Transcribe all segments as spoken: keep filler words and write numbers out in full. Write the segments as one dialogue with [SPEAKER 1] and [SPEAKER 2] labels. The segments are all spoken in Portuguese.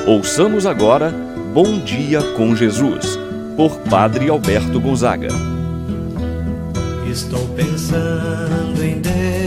[SPEAKER 1] Ouçamos agora Bom Dia com Jesus, por Padre Alberto Gonzaga.
[SPEAKER 2] Estou pensando em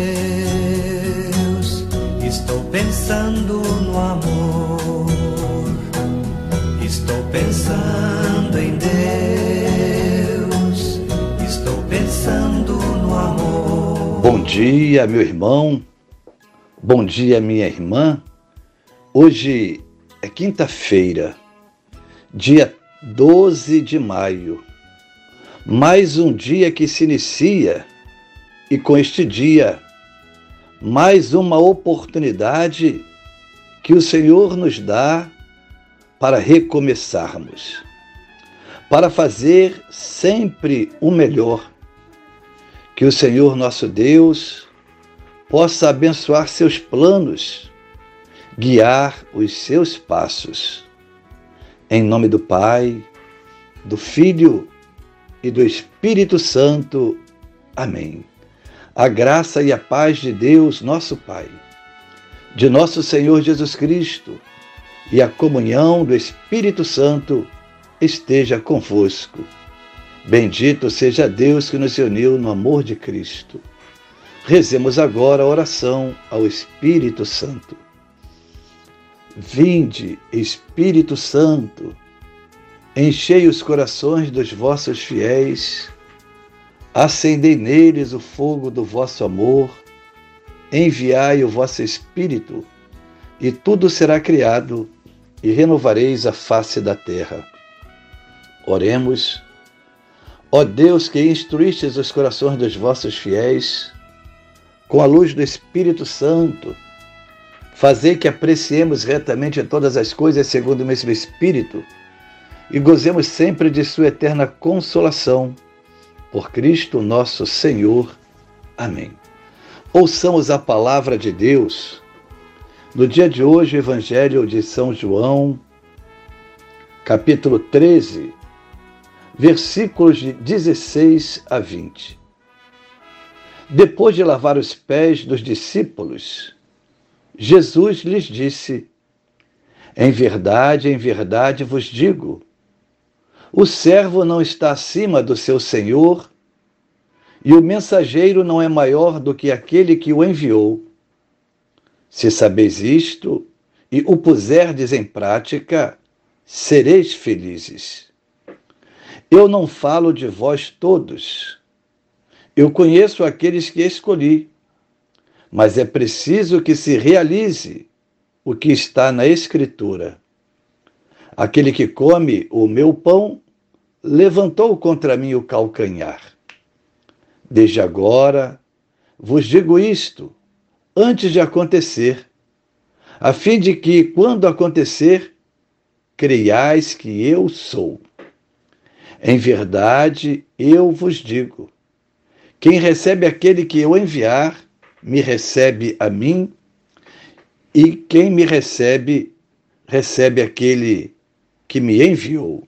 [SPEAKER 2] Deus, estou pensando no amor, estou pensando em Deus, estou pensando no amor.
[SPEAKER 3] Bom dia, meu irmão, bom dia, minha irmã. Hoje é quinta-feira, dia doze de maio, mais um dia que se inicia e com este dia, mais uma oportunidade que o Senhor nos dá para recomeçarmos, para fazer sempre o melhor. Que o Senhor nosso Deus possa abençoar seus planos, guiar os seus passos. Em nome do Pai, do Filho e do Espírito Santo. Amém. A graça e a paz de Deus, nosso Pai, de nosso Senhor Jesus Cristo e a comunhão do Espírito Santo esteja convosco. Bendito seja Deus que nos uniu no amor de Cristo. Rezemos agora a oração ao Espírito Santo. Vinde, Espírito Santo, enchei os corações dos vossos fiéis, acendei neles o fogo do vosso amor, enviai o vosso Espírito, e tudo será criado, e renovareis a face da terra. Oremos. Ó Deus, que instruístes os corações dos vossos fiéis, com a luz do Espírito Santo, fazei que apreciemos retamente todas as coisas segundo o mesmo Espírito e gozemos sempre de sua eterna consolação. Por Cristo nosso Senhor. Amém. Ouçamos a palavra de Deus. No dia de hoje, o Evangelho de São João, capítulo treze, versículos de dezesseis a vinte. Depois de lavar os pés dos discípulos, Jesus lhes disse: Em verdade, em verdade vos digo, o servo não está acima do seu senhor, e o mensageiro não é maior do que aquele que o enviou. Se sabeis isto e o puserdes em prática, sereis felizes. Eu não falo de vós todos. Eu conheço aqueles que escolhi, mas é preciso que se realize o que está na Escritura. Aquele que come o meu pão levantou contra mim o calcanhar. Desde agora vos digo isto, antes de acontecer, a fim de que, quando acontecer, creiais que eu sou. Em verdade, eu vos digo, quem recebe aquele que eu enviar, me recebe a mim, e quem me recebe, recebe aquele que me enviou.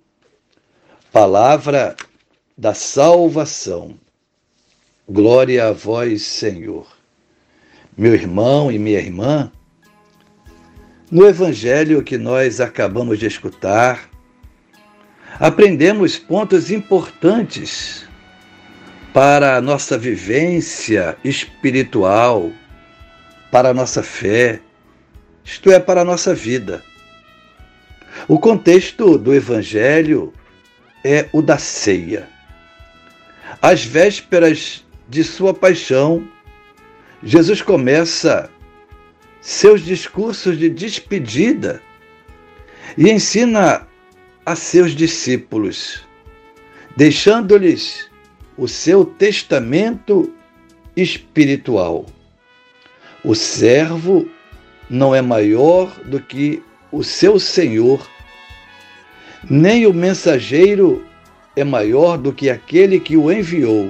[SPEAKER 3] Palavra da salvação. Glória a vós, Senhor. Meu irmão e minha irmã, no Evangelho que nós acabamos de escutar, aprendemos pontos importantes para a nossa vivência espiritual, para a nossa fé, isto é, para a nossa vida. O contexto do Evangelho é o da ceia. Às vésperas de sua paixão, Jesus começa seus discursos de despedida e ensina a seus discípulos, deixando-lhes o seu testamento espiritual. O servo não é maior do que o seu senhor, nem o mensageiro é maior do que aquele que o enviou.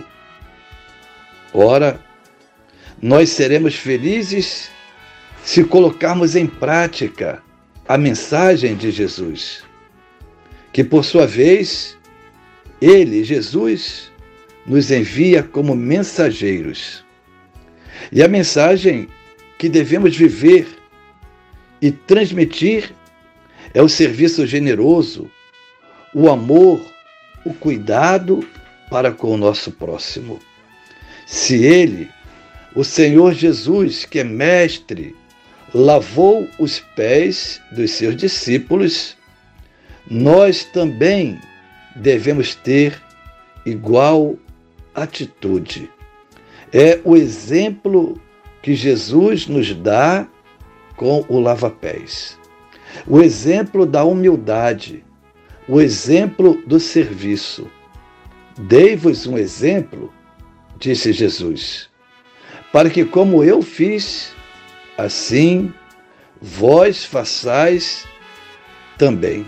[SPEAKER 3] Ora, nós seremos felizes se colocarmos em prática a mensagem de Jesus, que por sua vez, ele, Jesus, nos envia como mensageiros. E a mensagem que devemos viver e transmitir É o serviço generoso, o amor, o cuidado para com o nosso próximo. Se Ele, o Senhor Jesus, que é mestre, lavou os pés dos seus discípulos, nós também devemos ter igual atitude. É o exemplo que Jesus nos dá com o lava-pés. O exemplo da humildade, o exemplo do serviço. Dei-vos um exemplo, disse Jesus, para que como eu fiz, assim vós façais também.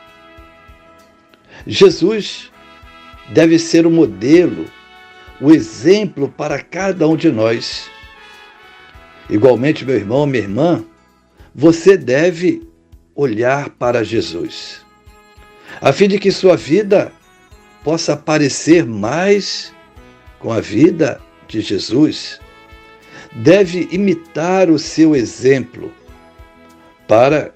[SPEAKER 3] Jesus deve ser o modelo, o exemplo para cada um de nós. Igualmente, meu irmão, minha irmã, você deve olhar para Jesus, a fim de que sua vida possa parecer mais com a vida de Jesus. Deve imitar o seu exemplo para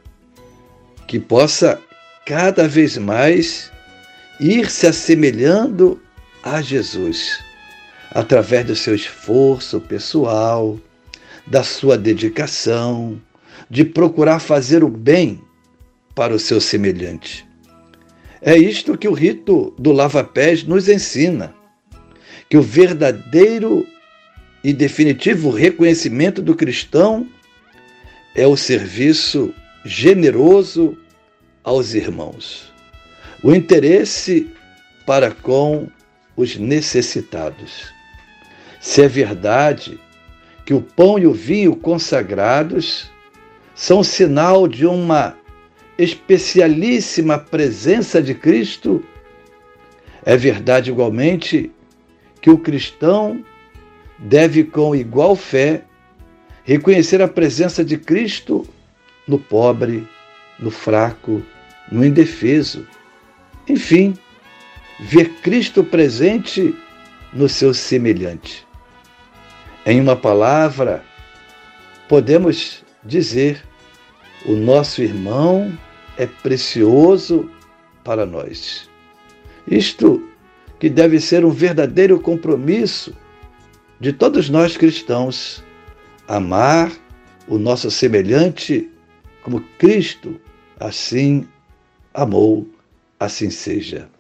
[SPEAKER 3] que possa cada vez mais ir se assemelhando a Jesus, através do seu esforço pessoal, da sua dedicação, de procurar fazer o bem para o seu semelhante. É isto que o rito do lava-pés nos ensina, que o verdadeiro e definitivo reconhecimento do cristão é o serviço generoso aos irmãos, o interesse para com os necessitados. Se é verdade que o pão e o vinho consagrados são sinal de uma especialíssima presença de Cristo, é verdade igualmente que o cristão deve, com igual fé, reconhecer a presença de Cristo no pobre, no fraco, no indefeso. Enfim, ver Cristo presente no seu semelhante. Em uma palavra, podemos dizer: o nosso irmão é precioso para nós. Isto que deve ser um verdadeiro compromisso de todos nós cristãos, amar o nosso semelhante como Cristo assim amou, assim seja.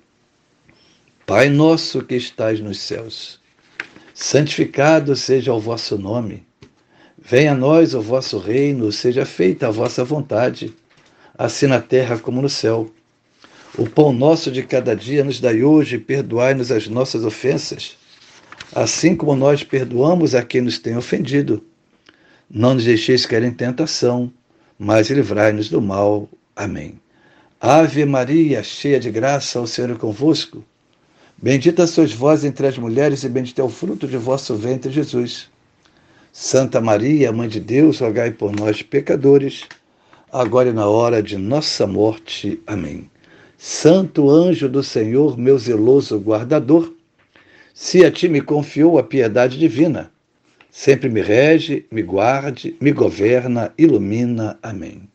[SPEAKER 3] Pai nosso que estais nos céus, santificado seja o vosso nome. Venha a nós o vosso reino, seja feita a vossa vontade, assim na terra como no céu. O pão nosso de cada dia nos dai hoje, e perdoai-nos as nossas ofensas, assim como nós perdoamos a quem nos tem ofendido. Não nos deixeis cair em tentação, mas livrai-nos do mal. Amém. Ave Maria, cheia de graça, o Senhor é convosco. Bendita sois vós entre as mulheres, e bendito é o fruto de vosso ventre, Jesus. Santa Maria, Mãe de Deus, rogai por nós, pecadores, agora e na hora de nossa morte. Amém. Santo anjo do Senhor, meu zeloso guardador, se a ti me confiou a piedade divina, sempre me rege, me guarde, me governa, ilumina. Amém.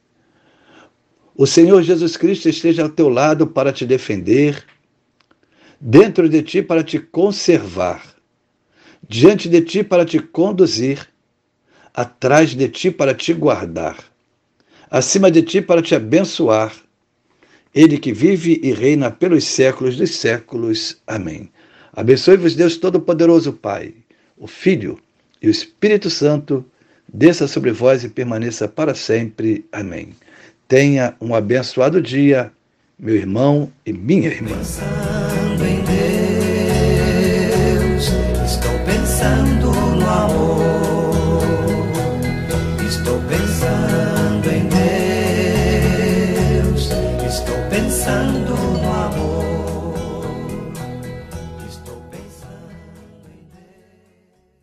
[SPEAKER 3] O Senhor Jesus Cristo esteja ao teu lado para te defender, dentro de ti para te conservar, diante de ti para te conduzir, atrás de ti para te guardar, acima de ti para te abençoar. Ele que vive e reina pelos séculos dos séculos. Amém. Abençoe-vos Deus Todo-Poderoso, Pai, o Filho e o Espírito Santo, desça sobre vós e permaneça para sempre. Amém. Tenha um abençoado dia, meu irmão e minha irmã.
[SPEAKER 2] Pensando em Deus, estou pensando no amor, estou